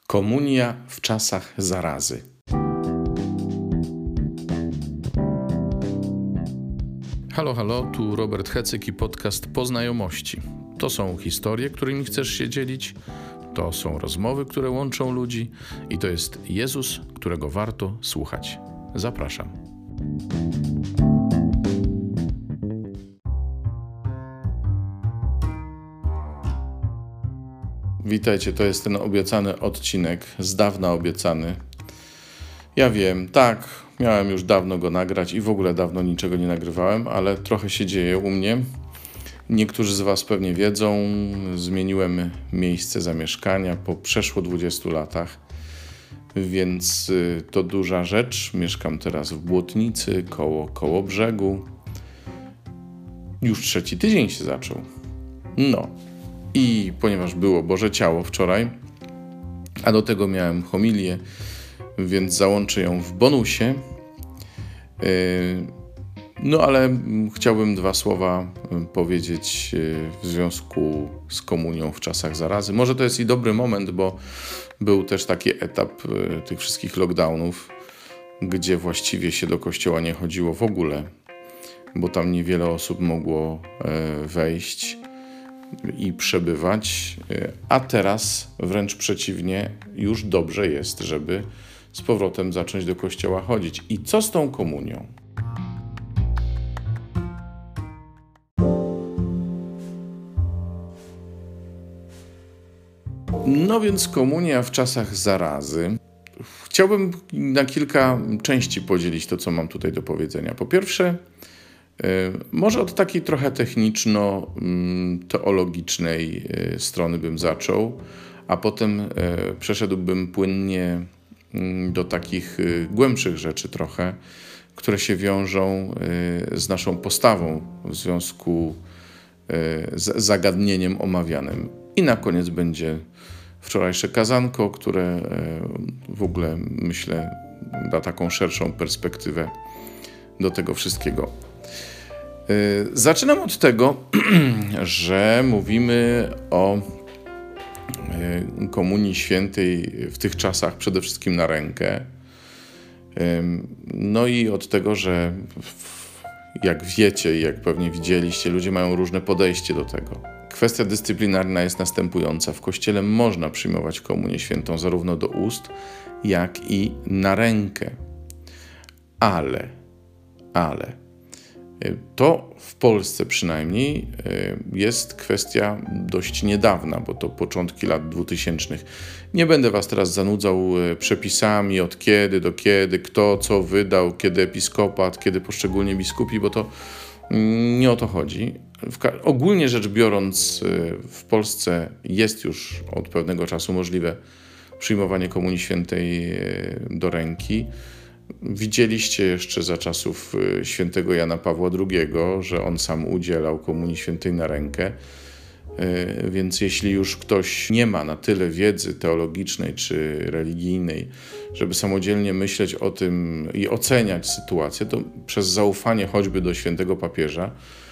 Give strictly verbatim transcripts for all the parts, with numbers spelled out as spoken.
Komunia w czasach zarazy. Halo, halo, tu Robert Hecyk i podcast Po Znajomości. To są historie, którymi chcesz się dzielić, to są rozmowy, które łączą ludzi i to jest Jezus, którego warto słuchać. Zapraszam. Witajcie, to jest ten obiecany odcinek, z dawna obiecany. Ja wiem, tak, miałem już dawno go nagrać i w ogóle dawno niczego nie nagrywałem, ale trochę się dzieje u mnie. Niektórzy z Was pewnie wiedzą, zmieniłem miejsce zamieszkania po przeszło dwudziestu latach, więc to duża rzecz. Mieszkam teraz w Błotnicy, koło, koło brzegu. Już trzeci tydzień się zaczął. No. I ponieważ było Boże Ciało wczoraj, a do tego miałem homilię, więc załączę ją w bonusie. No ale chciałbym dwa słowa powiedzieć w związku z komunią w czasach zarazy. Może to jest i dobry moment, bo był też taki etap tych wszystkich lockdownów, gdzie właściwie się do kościoła nie chodziło w ogóle, bo tam niewiele osób mogło wejść i przebywać, a teraz wręcz przeciwnie, już dobrze jest, żeby z powrotem zacząć do kościoła chodzić. I co z tą komunią? No więc komunia w czasach zarazy. Chciałbym na kilka części podzielić to, co mam tutaj do powiedzenia. Po pierwsze, może od takiej trochę techniczno-teologicznej strony bym zaczął, a potem przeszedłbym płynnie do takich głębszych rzeczy trochę, które się wiążą z naszą postawą w związku z zagadnieniem omawianym. I na koniec będzie wczorajsze kazanko, które w ogóle, myślę, da taką szerszą perspektywę do tego wszystkiego. Zaczynam od tego, że mówimy o Komunii Świętej w tych czasach przede wszystkim na rękę. No i od tego, że jak wiecie i jak pewnie widzieliście, ludzie mają różne podejście do tego. Kwestia dyscyplinarna jest następująca. W Kościele można przyjmować Komunię Świętą zarówno do ust, jak i na rękę. Ale, ale... To w Polsce przynajmniej jest kwestia dość niedawna, bo to początki lat dwutysięcznych. Nie będę Was teraz zanudzał przepisami od kiedy do kiedy, kto co wydał, kiedy episkopat, kiedy poszczególni biskupi, bo to nie o to chodzi. Ogólnie rzecz biorąc, w Polsce jest już od pewnego czasu możliwe przyjmowanie Komunii Świętej do ręki. Widzieliście jeszcze za czasów świętego Jana Pawła drugiego, że on sam udzielał Komunii Świętej na rękę, więc jeśli już ktoś nie ma na tyle wiedzy teologicznej czy religijnej, żeby samodzielnie myśleć o tym i oceniać sytuację, to przez zaufanie choćby do świętego papieża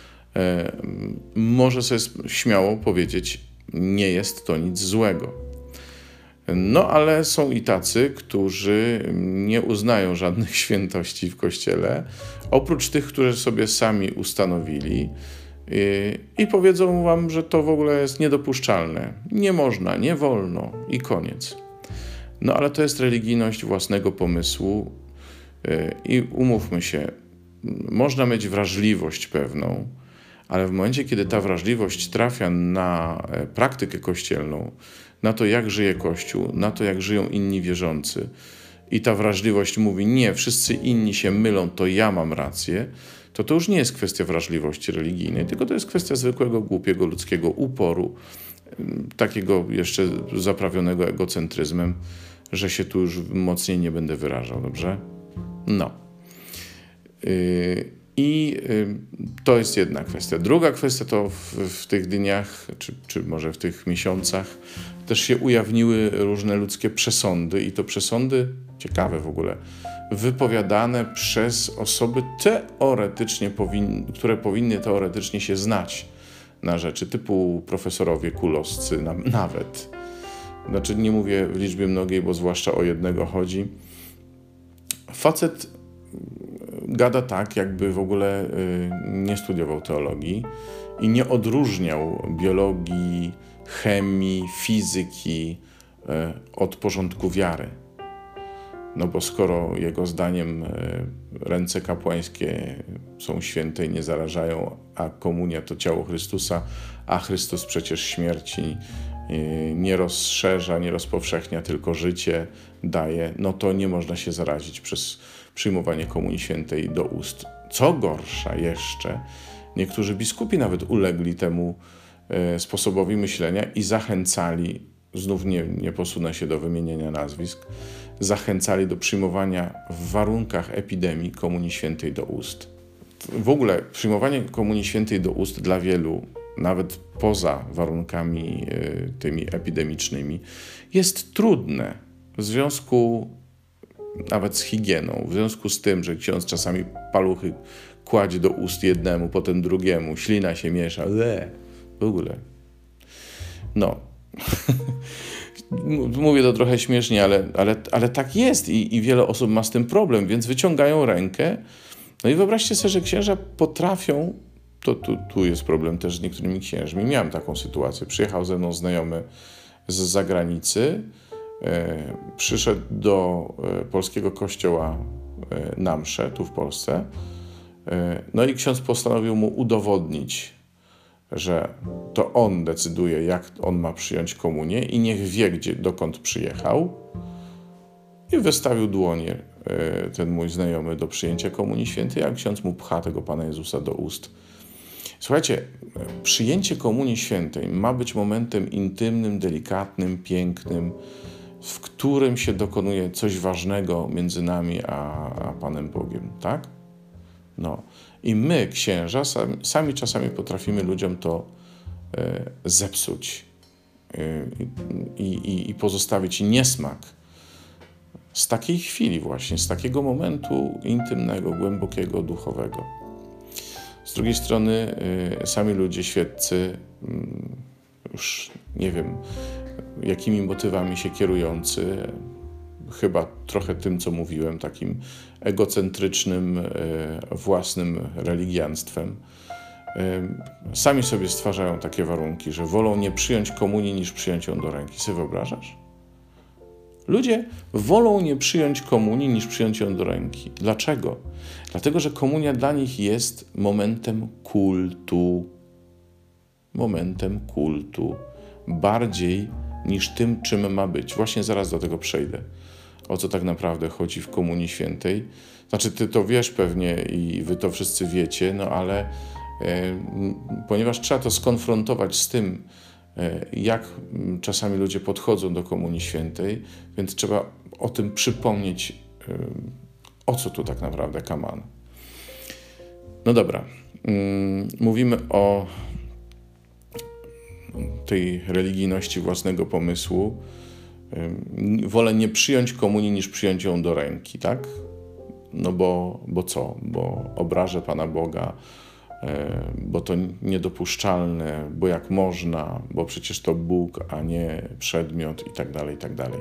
może sobie śmiało powiedzieć, nie jest to nic złego. No, ale są i tacy, którzy nie uznają żadnych świętości w Kościele, oprócz tych, które sobie sami ustanowili i, i powiedzą wam, że to w ogóle jest niedopuszczalne. Nie można, nie wolno i koniec. No, ale to jest religijność własnego pomysłu i umówmy się, można mieć wrażliwość pewną, ale w momencie, kiedy ta wrażliwość trafia na praktykę kościelną, na to, jak żyje Kościół, na to, jak żyją inni wierzący i ta wrażliwość mówi, nie, wszyscy inni się mylą, to ja mam rację, to to już nie jest kwestia wrażliwości religijnej, tylko to jest kwestia zwykłego, głupiego, ludzkiego uporu, takiego jeszcze zaprawionego egocentryzmem, że się tu już mocniej nie będę wyrażał, dobrze? No. Yy... I to jest jedna kwestia. Druga kwestia to w, w tych dniach, czy, czy może w tych miesiącach też się ujawniły różne ludzkie przesądy i to przesądy, ciekawe w ogóle, wypowiadane przez osoby teoretycznie, powin, które powinny teoretycznie się znać na rzeczy, typu profesorowie kuloscy na, nawet. znaczy nie mówię w liczbie mnogiej, bo zwłaszcza o jednego chodzi. Facet gada tak, jakby w ogóle nie studiował teologii i nie odróżniał biologii, chemii, fizyki od porządku wiary. No bo skoro jego zdaniem ręce kapłańskie są święte i nie zarażają, a komunia to ciało Chrystusa, a Chrystus przecież śmierci nie rozszerza, nie rozpowszechnia, tylko życie daje, no to nie można się zarazić przez przyjmowanie Komunii Świętej do ust. Co gorsza jeszcze, niektórzy biskupi nawet ulegli temu sposobowi myślenia i zachęcali, znów nie, nie posunę się do wymienienia nazwisk, zachęcali do przyjmowania w warunkach epidemii Komunii Świętej do ust. W ogóle przyjmowanie Komunii Świętej do ust dla wielu, nawet poza warunkami y, tymi epidemicznymi, jest trudne w związku nawet z higieną, w związku z tym, że ksiądz czasami paluchy kładzie do ust jednemu, potem drugiemu, ślina się miesza, le, w ogóle. No. Mówię to trochę śmiesznie, ale, ale, ale tak jest i, i wiele osób ma z tym problem, więc wyciągają rękę. No i wyobraźcie sobie, że księża potrafią, to tu, tu jest problem też z niektórymi księżmi. Miałem taką sytuację. Przyjechał ze mną znajomy z zagranicy, e, przyszedł do e, polskiego kościoła e, na mszę, tu w Polsce. E, no i ksiądz postanowił mu udowodnić, że to on decyduje, jak on ma przyjąć komunię i niech wie, gdzie, dokąd przyjechał. I wystawił dłonie ten mój znajomy do przyjęcia Komunii Świętej, a ksiądz mu pcha tego Pana Jezusa do ust. Słuchajcie, przyjęcie Komunii Świętej ma być momentem intymnym, delikatnym, pięknym, w którym się dokonuje coś ważnego między nami a, a Panem Bogiem, tak? No. I my, księża, sami, sami czasami potrafimy ludziom to e, zepsuć e, i, i pozostawić niesmak z takiej chwili właśnie, z takiego momentu intymnego, głębokiego, duchowego. Z drugiej strony e, sami ludzie świeccy, już nie wiem, jakimi motywami się kierujący, chyba trochę tym, co mówiłem, takim egocentrycznym, własnym religianstwem. Sami sobie stwarzają takie warunki, że wolą nie przyjąć komunii, niż przyjąć ją do ręki. Sobie wyobrażasz? Ludzie wolą nie przyjąć komunii, niż przyjąć ją do ręki. Dlaczego? Dlatego, że komunia dla nich jest momentem kultu. Momentem kultu. Bardziej niż tym, czym ma być. Właśnie zaraz do tego przejdę. O co tak naprawdę chodzi w Komunii Świętej. Znaczy, ty to wiesz pewnie i wy to wszyscy wiecie, no ale e, ponieważ trzeba to skonfrontować z tym, e, jak czasami ludzie podchodzą do Komunii Świętej, więc trzeba o tym przypomnieć, e, o co tu tak naprawdę kaman. No dobra, mm, mówimy o tej religijności własnego pomysłu. Wolę nie przyjąć komunii, niż przyjąć ją do ręki, tak? No bo, bo co? Bo obrażę Pana Boga, bo to niedopuszczalne, bo jak można, bo przecież to Bóg, a nie przedmiot i tak dalej, i tak dalej.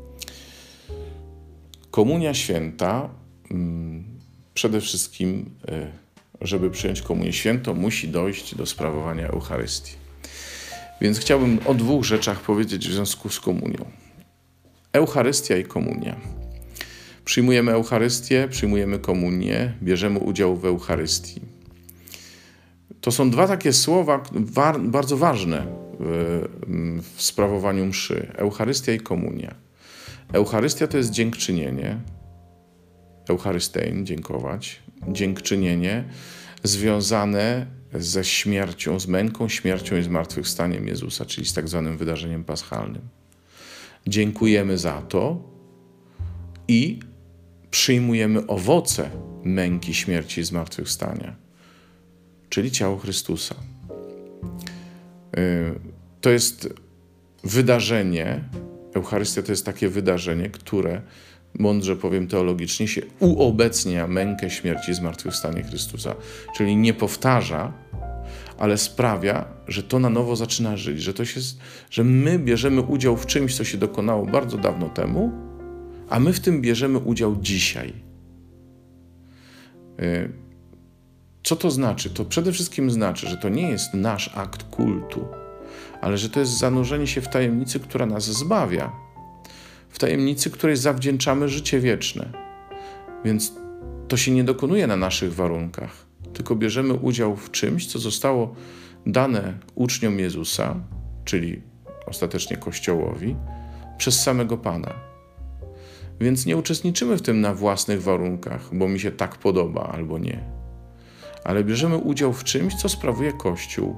Komunia Święta, przede wszystkim, żeby przyjąć Komunię Świętą, musi dojść do sprawowania Eucharystii. Więc chciałbym o dwóch rzeczach powiedzieć w związku z komunią. Eucharystia i komunia. Przyjmujemy Eucharystię, przyjmujemy komunię, bierzemy udział w Eucharystii. To są dwa takie słowa wa- bardzo ważne w, w sprawowaniu mszy. Eucharystia i komunia. Eucharystia to jest dziękczynienie. Eucharystein, dziękować. Dziękczynienie związane ze śmiercią, z męką, śmiercią i zmartwychwstaniem Jezusa, czyli z tak zwanym wydarzeniem paschalnym. Dziękujemy za to i przyjmujemy owoce męki, śmierci i zmartwychwstania, czyli ciało Chrystusa. To jest wydarzenie, Eucharystia to jest takie wydarzenie, które, mądrze powiem teologicznie, się uobecnia mękę, śmierć i zmartwychwstanie Chrystusa, czyli nie powtarza, ale sprawia, że to na nowo zaczyna żyć, że, to się, że my bierzemy udział w czymś, co się dokonało bardzo dawno temu, a my w tym bierzemy udział dzisiaj. Co to znaczy? To przede wszystkim znaczy, że to nie jest nasz akt kultu, ale że to jest zanurzenie się w tajemnicy, która nas zbawia, w tajemnicy, której zawdzięczamy życie wieczne. Więc to się nie dokonuje na naszych warunkach, tylko bierzemy udział w czymś, co zostało dane uczniom Jezusa, czyli ostatecznie Kościołowi, przez samego Pana. Więc nie uczestniczymy w tym na własnych warunkach, bo mi się tak podoba albo nie. Ale bierzemy udział w czymś, co sprawuje Kościół.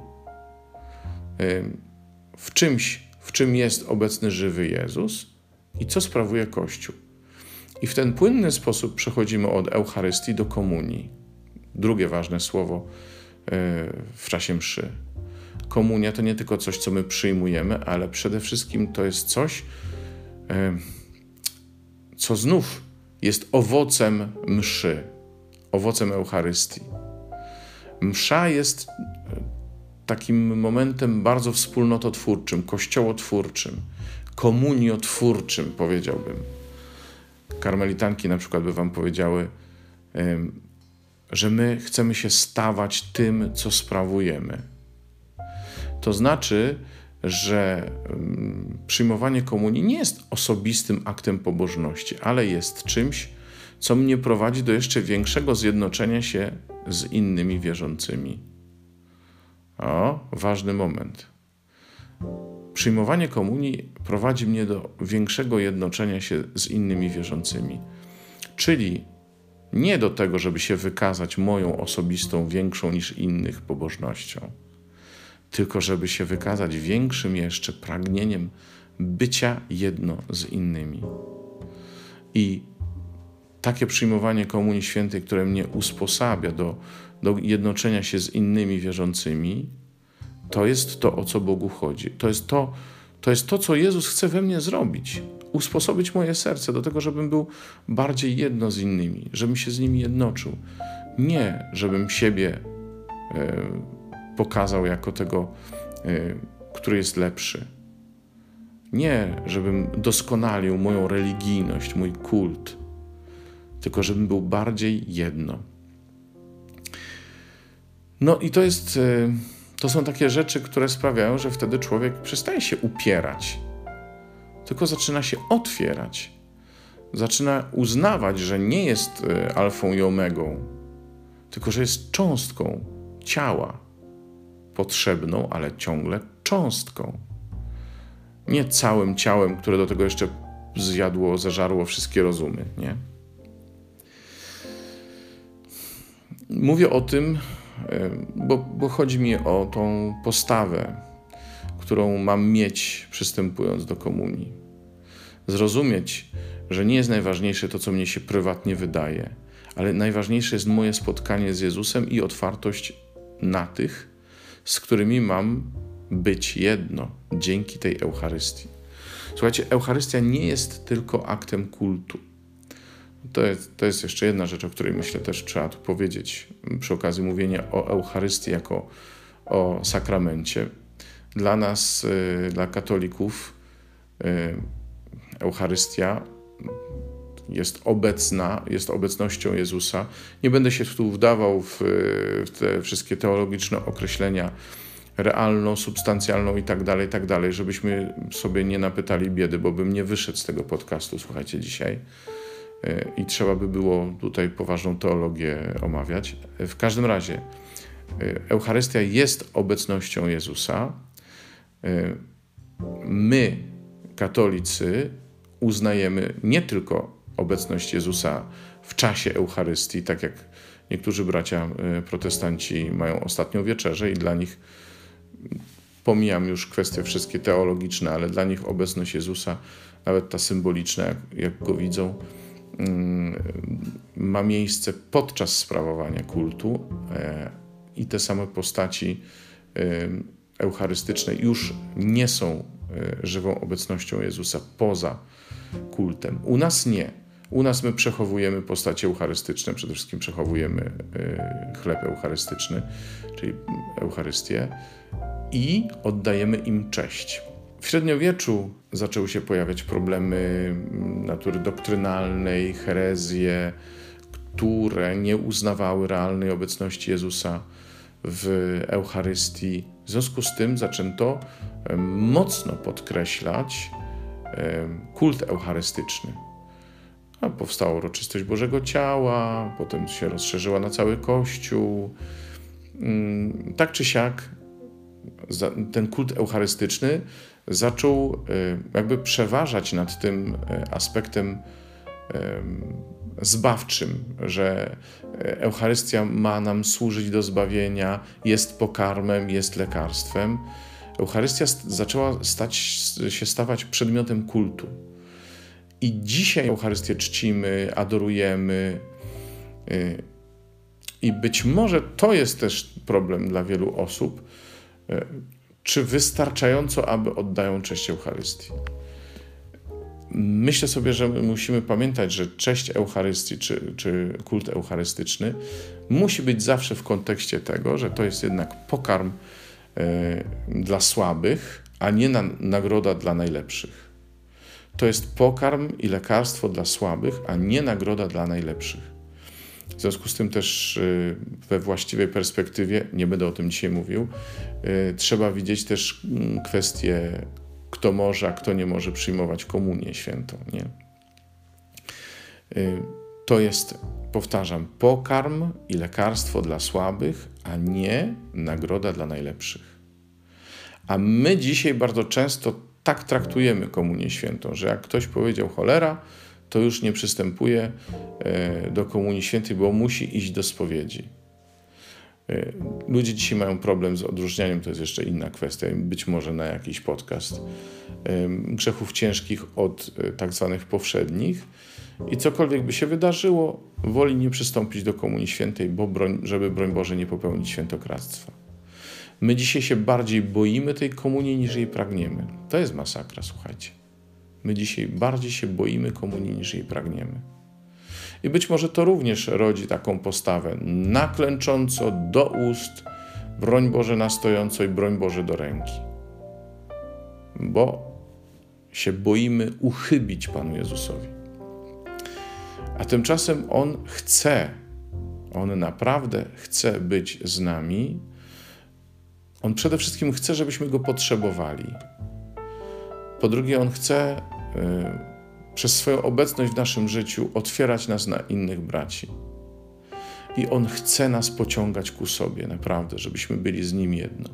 W czymś, w czym jest obecny żywy Jezus i co sprawuje Kościół. I w ten płynny sposób przechodzimy od Eucharystii do komunii. Drugie ważne słowo w czasie mszy. Komunia to nie tylko coś, co my przyjmujemy, ale przede wszystkim to jest coś, co znów jest owocem mszy, owocem Eucharystii. Msza jest takim momentem bardzo wspólnototwórczym, kościołotwórczym, komuniotwórczym, powiedziałbym. Karmelitanki na przykład by wam powiedziały, że my chcemy się stawać tym, co sprawujemy. To znaczy, że przyjmowanie komunii nie jest osobistym aktem pobożności, ale jest czymś, co mnie prowadzi do jeszcze większego zjednoczenia się z innymi wierzącymi. O, ważny moment. Przyjmowanie komunii prowadzi mnie do większego jednoczenia się z innymi wierzącymi. Czyli nie do tego, żeby się wykazać moją osobistą, większą niż innych pobożnością, tylko żeby się wykazać większym jeszcze pragnieniem bycia jedno z innymi. I takie przyjmowanie Komunii Świętej, które mnie usposabia do, do jednoczenia się z innymi wierzącymi, to jest to, o co Bogu chodzi. To jest to, to jest to, co Jezus chce we mnie zrobić. Usposobić moje serce do tego, żebym był bardziej jedno z innymi, żebym się z nimi jednoczył. Nie, żebym siebie e, pokazał jako tego, e, który jest lepszy. Nie, żebym doskonalił moją religijność, mój kult, tylko żebym był bardziej jedno. No i to jest, to są takie rzeczy, które sprawiają, że wtedy człowiek przestaje się upierać, tylko zaczyna się otwierać. Zaczyna uznawać, że nie jest alfą i omegą, tylko że jest cząstką ciała, potrzebną, ale ciągle cząstką. Nie całym ciałem, które do tego jeszcze zjadło, zeżarło wszystkie rozumy, nie? Mówię o tym, bo, bo chodzi mi o tą postawę, którą mam mieć, przystępując do komunii. Zrozumieć, że nie jest najważniejsze to, co mnie się prywatnie wydaje, ale najważniejsze jest moje spotkanie z Jezusem i otwartość na tych, z którymi mam być jedno dzięki tej Eucharystii. Słuchajcie, Eucharystia nie jest tylko aktem kultu. To jest, to jest jeszcze jedna rzecz, o której myślę też trzeba tu powiedzieć przy okazji mówienia o Eucharystii jako o sakramencie. Dla nas, dla katolików, Eucharystia jest obecna, jest obecnością Jezusa. Nie będę się tu wdawał w, w te wszystkie teologiczne określenia realną, substancjalną i tak dalej, i tak dalej, żebyśmy sobie nie napytali biedy, bo bym nie wyszedł z tego podcastu, słuchajcie, dzisiaj. I trzeba by było tutaj poważną teologię omawiać. W każdym razie Eucharystia jest obecnością Jezusa. My, katolicy, uznajemy nie tylko obecność Jezusa w czasie Eucharystii, tak jak niektórzy bracia protestanci mają ostatnią wieczerzę i dla nich, pomijam już kwestie wszystkie teologiczne, ale dla nich obecność Jezusa, nawet ta symboliczna, jak, jak go widzą, ma miejsce podczas sprawowania kultu i te same postaci eucharystyczne już nie są żywą obecnością Jezusa poza kultem. U nas nie. U nas my przechowujemy postacie eucharystyczne, przede wszystkim przechowujemy chleb eucharystyczny, czyli Eucharystię i oddajemy im cześć. W średniowieczu zaczęły się pojawiać problemy natury doktrynalnej, herezje, które nie uznawały realnej obecności Jezusa w Eucharystii. W związku z tym zaczęto mocno podkreślać kult eucharystyczny. A powstała uroczystość Bożego Ciała, potem się rozszerzyła na cały Kościół. Tak czy siak ten kult eucharystyczny zaczął jakby przeważać nad tym aspektem zbawczym, że Eucharystia ma nam służyć do zbawienia, jest pokarmem, jest lekarstwem. Eucharystia zaczęła stać, się stawać przedmiotem kultu. I dzisiaj Eucharystię czcimy, adorujemy. I być może to jest też problem dla wielu osób, czy wystarczająco, aby oddają cześć Eucharystii. Myślę sobie, że musimy pamiętać, że cześć Eucharystii czy, czy kult eucharystyczny musi być zawsze w kontekście tego, że to jest jednak pokarm y, dla słabych, a nie na, nagroda dla najlepszych. To jest pokarm i lekarstwo dla słabych, a nie nagroda dla najlepszych. W związku z tym też y, we właściwej perspektywie, nie będę o tym dzisiaj mówił, y, trzeba widzieć też y, kwestię, kto może, a kto nie może przyjmować komunię świętą. Nie? To jest, powtarzam, pokarm i lekarstwo dla słabych, a nie nagroda dla najlepszych. A my dzisiaj bardzo często tak traktujemy komunię świętą, że jak ktoś powiedział cholera, to już nie przystępuje do komunii świętej, bo musi iść do spowiedzi. Ludzie dzisiaj mają problem z odróżnianiem, to jest jeszcze inna kwestia, być może na jakiś podcast, grzechów ciężkich od tak zwanych powszednich i cokolwiek by się wydarzyło, woli nie przystąpić do komunii świętej, bo broń, żeby, broń Boże, nie popełnić świętokradztwa. My dzisiaj się bardziej boimy tej komunii, niż jej pragniemy. To jest masakra, słuchajcie. My dzisiaj bardziej się boimy komunii, niż jej pragniemy. I być może to również rodzi taką postawę naklęcząco do ust, broń Boże na stojąco i broń Boże do ręki. Bo się boimy uchybić Panu Jezusowi. A tymczasem On chce, On naprawdę chce być z nami. On przede wszystkim chce, żebyśmy Go potrzebowali. Po drugie, On chce Yy, przez swoją obecność w naszym życiu otwierać nas na innych braci. I On chce nas pociągać ku sobie, naprawdę, żebyśmy byli z Nim jedno.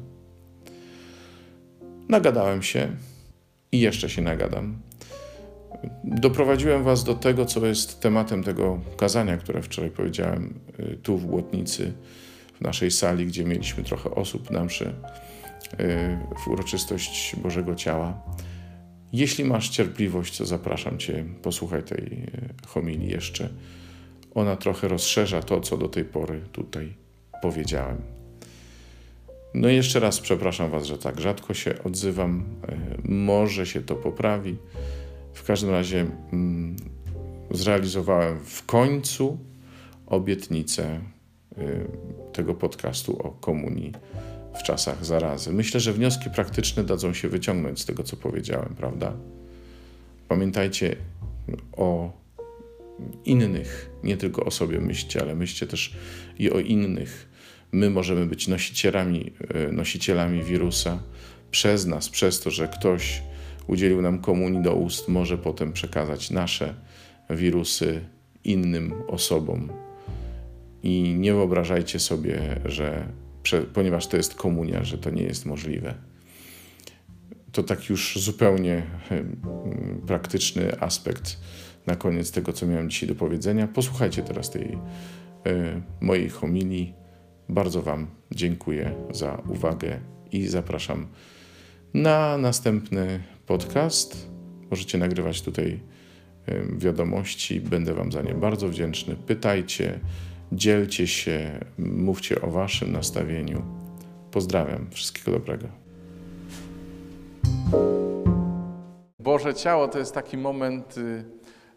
Nagadałem się i jeszcze się nagadam. Doprowadziłem was do tego, co jest tematem tego kazania, które wczoraj powiedziałem tu w Błotnicy, w naszej sali, gdzie mieliśmy trochę osób na mszy, w uroczystość Bożego Ciała. Jeśli masz cierpliwość, to zapraszam Cię, posłuchaj tej homilii jeszcze. Ona trochę rozszerza to, co do tej pory tutaj powiedziałem. No i jeszcze raz przepraszam Was, że tak rzadko się odzywam. Może się to poprawi. W każdym razie mm, zrealizowałem w końcu obietnicę y, tego podcastu o komunii w czasach zarazy. Myślę, że wnioski praktyczne dadzą się wyciągnąć z tego, co powiedziałem, prawda? Pamiętajcie o innych, nie tylko o sobie myślcie, ale myślcie też i o innych. My możemy być nosicielami, nosicielami wirusa. Przez nas, przez to, że ktoś udzielił nam komunii do ust, może potem przekazać nasze wirusy innym osobom. I nie wyobrażajcie sobie, że ponieważ to jest komunia, że to nie jest możliwe. To tak już zupełnie praktyczny aspekt na koniec tego, co miałem dzisiaj do powiedzenia. Posłuchajcie teraz tej y, mojej homilii. Bardzo Wam dziękuję za uwagę i zapraszam na następny podcast. Możecie nagrywać tutaj y, wiadomości. Będę Wam za nie bardzo wdzięczny. Pytajcie, dzielcie się, mówcie o Waszym nastawieniu. Pozdrawiam. Wszystkiego dobrego. Boże Ciało to jest taki moment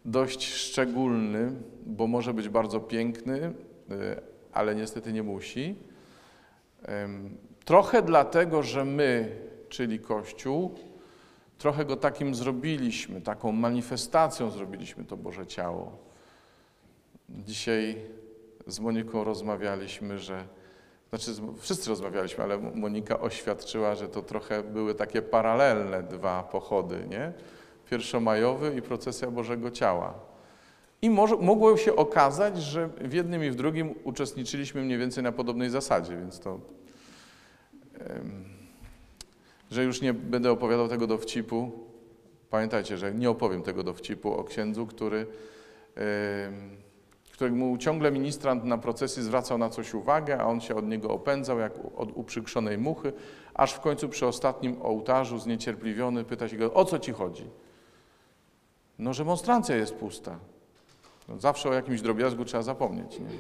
dość szczególny, bo może być bardzo piękny, ale niestety nie musi. Trochę dlatego, że my, czyli Kościół, trochę go takim zrobiliśmy, taką manifestacją zrobiliśmy to Boże Ciało. Dzisiaj z Moniką rozmawialiśmy, że, znaczy wszyscy rozmawialiśmy, ale Monika oświadczyła, że to trochę były takie paralelne dwa pochody, nie? Pierwszomajowy i procesja Bożego Ciała. I może, mogło się okazać, że w jednym i w drugim uczestniczyliśmy mniej więcej na podobnej zasadzie, więc to, um, że już nie będę opowiadał tego dowcipu. Pamiętajcie, że nie opowiem tego dowcipu o księdzu, który, um, któremu ciągle ministrant na procesji zwracał na coś uwagę, a on się od niego opędzał jak od uprzykrzonej muchy, aż w końcu przy ostatnim ołtarzu zniecierpliwiony pyta się go, o co ci chodzi? No, że monstrancja jest pusta. No, zawsze o jakimś drobiazgu trzeba zapomnieć. Nie?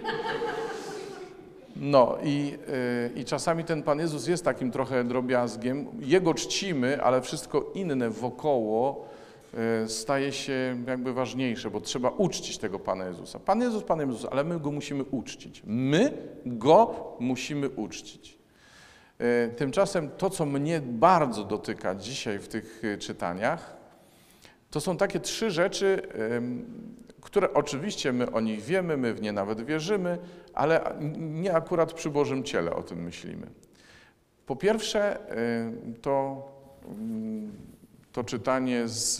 No i, yy, i czasami ten Pan Jezus jest takim trochę drobiazgiem. Jego czcimy, ale wszystko inne wokoło yy, staje się jakby ważniejsze, bo trzeba uczcić tego Pana Jezusa. Pan Jezus, Pan Jezus, ale my Go musimy uczcić. My Go musimy uczcić. Yy, tymczasem to, co mnie bardzo dotyka dzisiaj w tych czytaniach, to są takie trzy rzeczy, które oczywiście my o nich wiemy, my w nie nawet wierzymy, ale nie akurat przy Bożym Ciele o tym myślimy. Po pierwsze, to, to czytanie z,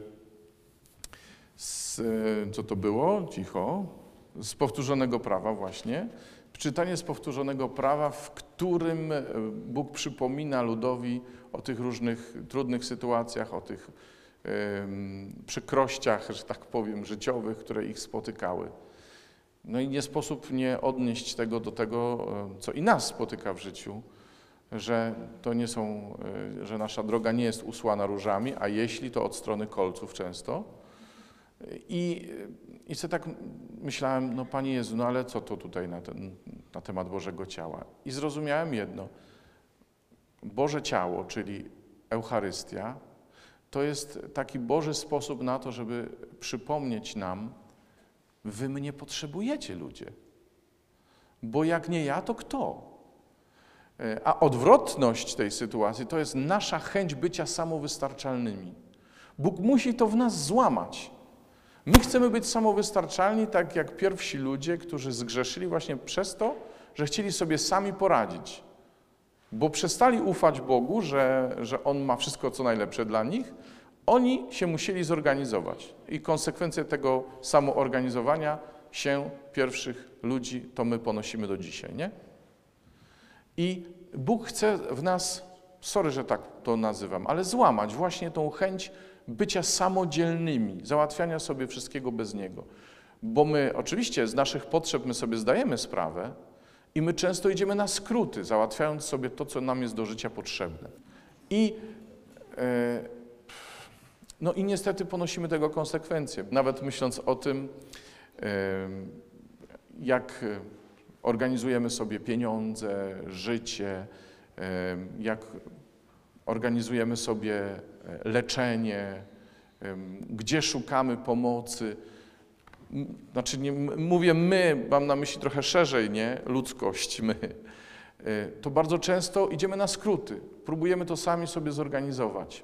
z, co to było? Cicho. Z powtórzonego prawa właśnie. Czytanie z powtórzonego prawa, w którym Bóg przypomina ludowi o tych różnych trudnych sytuacjach, o tych przykrościach, że tak powiem, życiowych, które ich spotykały. No i nie sposób nie odnieść tego do tego, co i nas spotyka w życiu, że to nie są, że nasza droga nie jest usłana różami, a jeśli, to od strony kolców często. I, i sobie tak myślałem, no Panie Jezu, no ale co to tutaj na, ten, na temat Bożego Ciała? I zrozumiałem jedno. Boże Ciało, czyli Eucharystia, to jest taki Boży sposób na to, żeby przypomnieć nam, wy mnie potrzebujecie, ludzie. Bo jak nie ja, to kto? A odwrotność tej sytuacji to jest nasza chęć bycia samowystarczalnymi. Bóg musi to w nas złamać. My chcemy być samowystarczalni, tak jak pierwsi ludzie, którzy zgrzeszyli właśnie przez to, że chcieli sobie sami poradzić. Bo przestali ufać Bogu, że, że On ma wszystko, co najlepsze dla nich, oni się musieli zorganizować. I konsekwencje tego samoorganizowania się pierwszych ludzi to my ponosimy do dzisiaj, nie? I Bóg chce w nas, sorry, że tak to nazywam, ale złamać właśnie tą chęć bycia samodzielnymi, załatwiania sobie wszystkiego bez Niego. Bo my oczywiście z naszych potrzeb my sobie zdajemy sprawę, i my często idziemy na skróty, załatwiając sobie to, co nam jest do życia potrzebne. I, yy, no i niestety ponosimy tego konsekwencje. Nawet myśląc o tym, yy, jak organizujemy sobie pieniądze, życie, yy, jak organizujemy sobie leczenie, yy, gdzie szukamy pomocy. Znaczy, nie, mówię my, mam na myśli trochę szerzej, nie? Ludzkość, my. To bardzo często idziemy na skróty. Próbujemy to sami sobie zorganizować.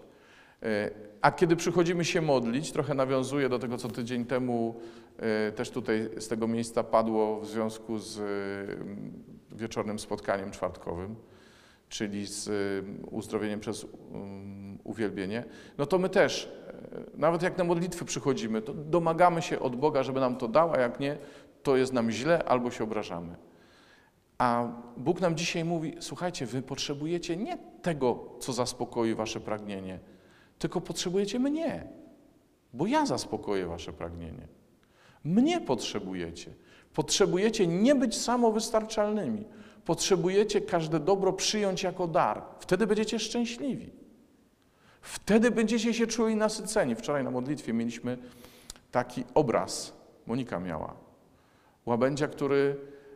A kiedy przychodzimy się modlić, trochę nawiązuję do tego, co tydzień temu też tutaj z tego miejsca padło w związku z wieczornym spotkaniem czwartkowym, czyli z uzdrowieniem przez uwielbienie, no to my też, nawet jak na modlitwy przychodzimy, to domagamy się od Boga, żeby nam to dał, a jak nie, to jest nam źle albo się obrażamy. A Bóg nam dzisiaj mówi, słuchajcie, wy potrzebujecie nie tego, co zaspokoi wasze pragnienie, tylko potrzebujecie mnie, bo ja zaspokoję wasze pragnienie. Mnie potrzebujecie. Potrzebujecie nie być samowystarczalnymi. Potrzebujecie każde dobro przyjąć jako dar. Wtedy będziecie szczęśliwi. Wtedy będziecie się czuli nasyceni. Wczoraj na modlitwie mieliśmy taki obraz, Monika miała, łabędzia, który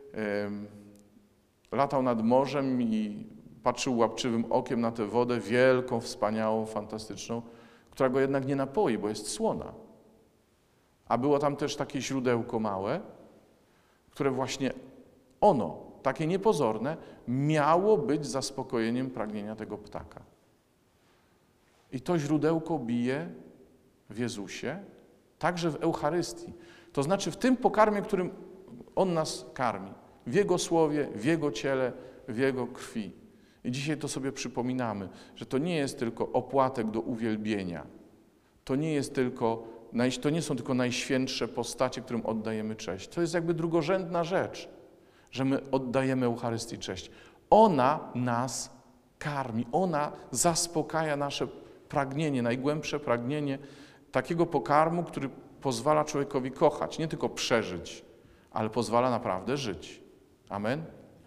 y, latał nad morzem i patrzył łapczywym okiem na tę wodę, wielką, wspaniałą, fantastyczną, która go jednak nie napoi, bo jest słona. A było tam też takie źródełko małe, które właśnie ono, takie niepozorne, miało być zaspokojeniem pragnienia tego ptaka. I to źródełko bije w Jezusie, także w Eucharystii. To znaczy w tym pokarmie, którym On nas karmi. W Jego słowie, w Jego ciele, w Jego krwi. I dzisiaj to sobie przypominamy, że to nie jest tylko opłatek do uwielbienia. To nie jest tylko, to nie są tylko najświętsze postacie, którym oddajemy cześć. To jest jakby drugorzędna rzecz, że my oddajemy Eucharystii cześć. Ona nas karmi, ona zaspokaja nasze pragnienie, najgłębsze pragnienie takiego pokarmu, który pozwala człowiekowi kochać, nie tylko przeżyć, ale pozwala naprawdę żyć. Amen?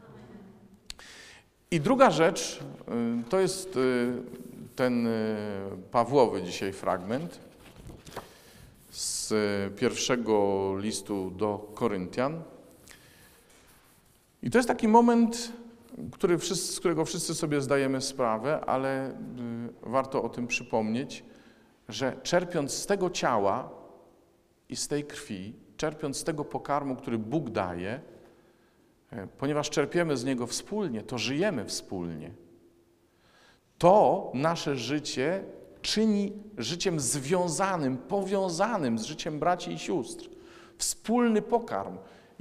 I druga rzecz, to jest ten Pawłowy dzisiaj fragment z pierwszego listu do Koryntian. I to jest taki moment, który wszyscy, z którego wszyscy sobie zdajemy sprawę, ale warto o tym przypomnieć, że czerpiąc z tego ciała i z tej krwi, czerpiąc z tego pokarmu, który Bóg daje, ponieważ czerpiemy z niego wspólnie, to żyjemy wspólnie. To nasze życie czyni życiem związanym, powiązanym z życiem braci i sióstr. Wspólny pokarm.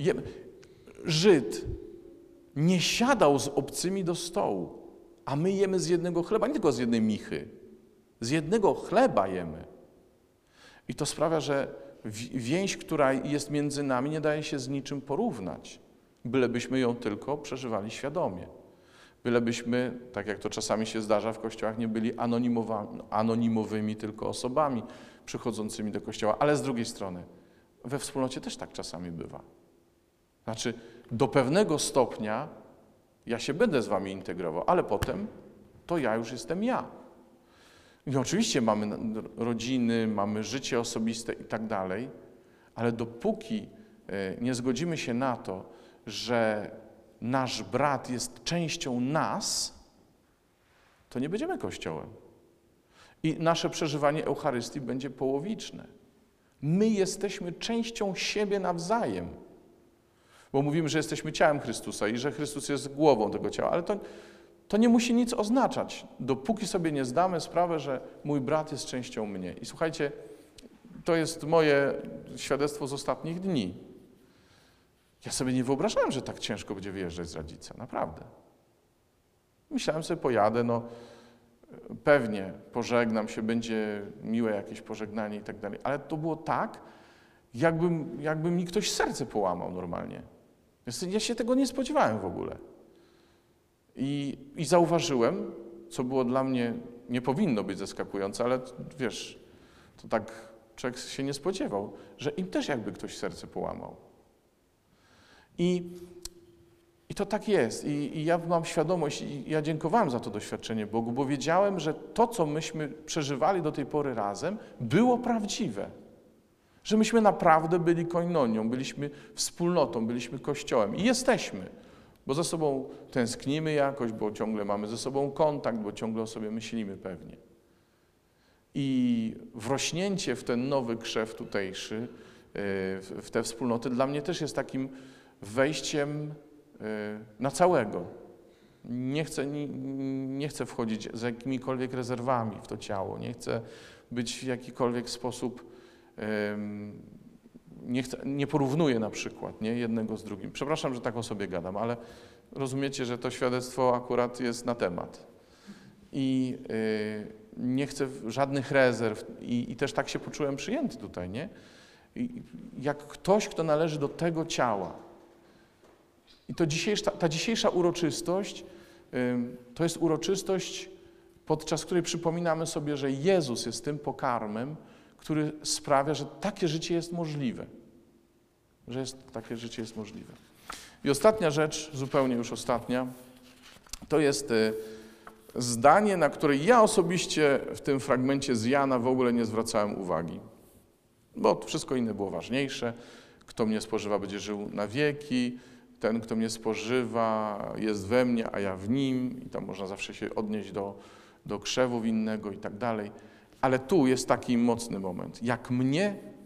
Żyd nie siadał z obcymi do stołu, a my jemy z jednego chleba, nie tylko z jednej michy. Z jednego chleba jemy. I to sprawia, że więź, która jest między nami, nie daje się z niczym porównać. Bylebyśmy ją tylko przeżywali świadomie. Bylebyśmy, tak jak to czasami się zdarza w kościołach, nie byli anonimowymi tylko osobami przychodzącymi do kościoła. Ale z drugiej strony, we wspólnocie też tak czasami bywa. Znaczy, do pewnego stopnia ja się będę z wami integrował, ale potem to ja już jestem ja. I oczywiście mamy rodziny, mamy życie osobiste i tak dalej, ale dopóki nie zgodzimy się na to, że nasz brat jest częścią nas, to nie będziemy Kościołem. I nasze przeżywanie Eucharystii będzie połowiczne. My jesteśmy częścią siebie nawzajem. Bo mówimy, że jesteśmy ciałem Chrystusa i że Chrystus jest głową tego ciała, ale to, to nie musi nic oznaczać, dopóki sobie nie zdamy sprawy, że mój brat jest częścią mnie. I słuchajcie, to jest moje świadectwo z ostatnich dni. Ja sobie nie wyobrażałem, że tak ciężko będzie wyjeżdżać z Radzica, naprawdę. Myślałem sobie, pojadę, no pewnie pożegnam się, będzie miłe jakieś pożegnanie i tak dalej, ale to było tak, jakbym, jakby mi ktoś serce połamał normalnie. Ja się tego nie spodziewałem w ogóle. I, i zauważyłem, co było dla mnie, nie powinno być zaskakujące, ale wiesz, to tak człowiek się nie spodziewał, że im też jakby ktoś serce połamał. I, i to tak jest. I, I ja mam świadomość, i ja dziękowałem za to doświadczenie Bogu, bo wiedziałem, że to, co myśmy przeżywali do tej pory razem, było prawdziwe. Że myśmy naprawdę byli koinonią, byliśmy wspólnotą, byliśmy Kościołem. I jesteśmy, bo ze sobą tęsknimy jakoś, bo ciągle mamy ze sobą kontakt, bo ciągle o sobie myślimy pewnie. I wrośnięcie w ten nowy krzew tutejszy, w te wspólnoty, dla mnie też jest takim wejściem na całego. Nie chcę, nie, nie chcę wchodzić z jakimikolwiek rezerwami w to ciało, nie chcę być w jakikolwiek sposób, nie, chcę, nie porównuję na przykład nie, jednego z drugim. Przepraszam, że tak o sobie gadam, ale rozumiecie, że to świadectwo akurat jest na temat. I nie chcę żadnych rezerw i, i też tak się poczułem przyjęty tutaj, nie? I jak ktoś, kto należy do tego ciała. I to dzisiejsza, ta dzisiejsza uroczystość to jest uroczystość, podczas której przypominamy sobie, że Jezus jest tym pokarmem, który sprawia, że takie życie jest możliwe. Że jest, takie życie jest możliwe. I ostatnia rzecz, zupełnie już ostatnia, to jest zdanie, na które ja osobiście w tym fragmencie z Jana w ogóle nie zwracałem uwagi. Bo wszystko inne było ważniejsze. Kto mnie spożywa, będzie żył na wieki. Ten, kto mnie spożywa, jest we mnie, a ja w nim. I tam można zawsze się odnieść do, do krzewu winnego i tak dalej. Ale tu jest taki mocny moment. Jak mnie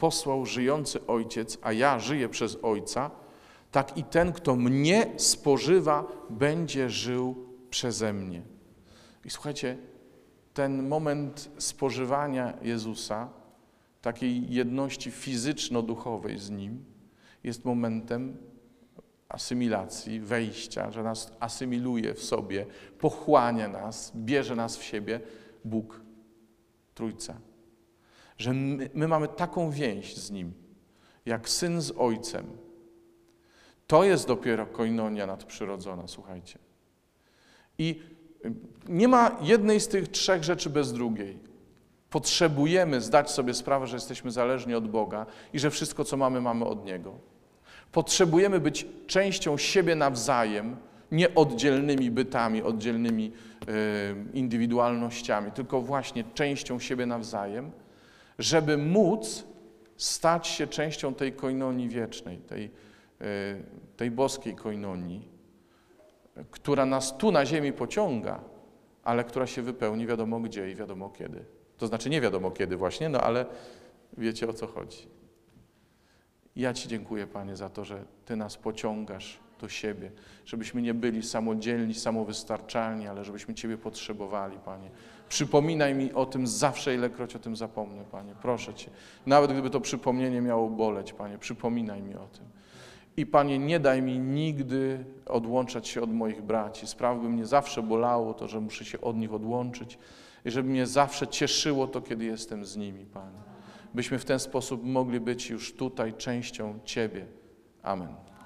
posłał żyjący Ojciec, a ja żyję przez Ojca, tak i ten, kto mnie spożywa, będzie żył przeze mnie. I słuchajcie, ten moment spożywania Jezusa, takiej jedności fizyczno-duchowej z Nim, jest momentem asymilacji, wejścia, że nas asymiluje w sobie, pochłania nas, bierze nas w siebie Bóg, Trójca. Że my, my mamy taką więź z Nim, jak Syn z Ojcem. To jest dopiero koinonia nadprzyrodzona, słuchajcie. I nie ma jednej z tych trzech rzeczy bez drugiej. Potrzebujemy zdać sobie sprawę, że jesteśmy zależni od Boga i że wszystko, co mamy, mamy od Niego. Potrzebujemy być częścią siebie nawzajem, nie oddzielnymi bytami, oddzielnymi y, indywidualnościami, tylko właśnie częścią siebie nawzajem, żeby móc stać się częścią tej koinonii wiecznej, tej, y, tej boskiej koinonii, która nas tu na ziemi pociąga, ale która się wypełni wiadomo gdzie i wiadomo kiedy. To znaczy nie wiadomo kiedy właśnie, no ale wiecie, o co chodzi. Ja Ci dziękuję, Panie, za to, że Ty nas pociągasz do siebie, żebyśmy nie byli samodzielni, samowystarczalni, ale żebyśmy Ciebie potrzebowali, Panie. Przypominaj mi o tym zawsze, ilekroć o tym zapomnę, Panie. Proszę Cię. Nawet gdyby to przypomnienie miało boleć, Panie, przypominaj mi o tym. I Panie, nie daj mi nigdy odłączać się od moich braci. Sprawa by mnie zawsze bolało to, że muszę się od nich odłączyć i żeby mnie zawsze cieszyło to, kiedy jestem z nimi, Panie. Byśmy w ten sposób mogli być już tutaj częścią Ciebie. Amen.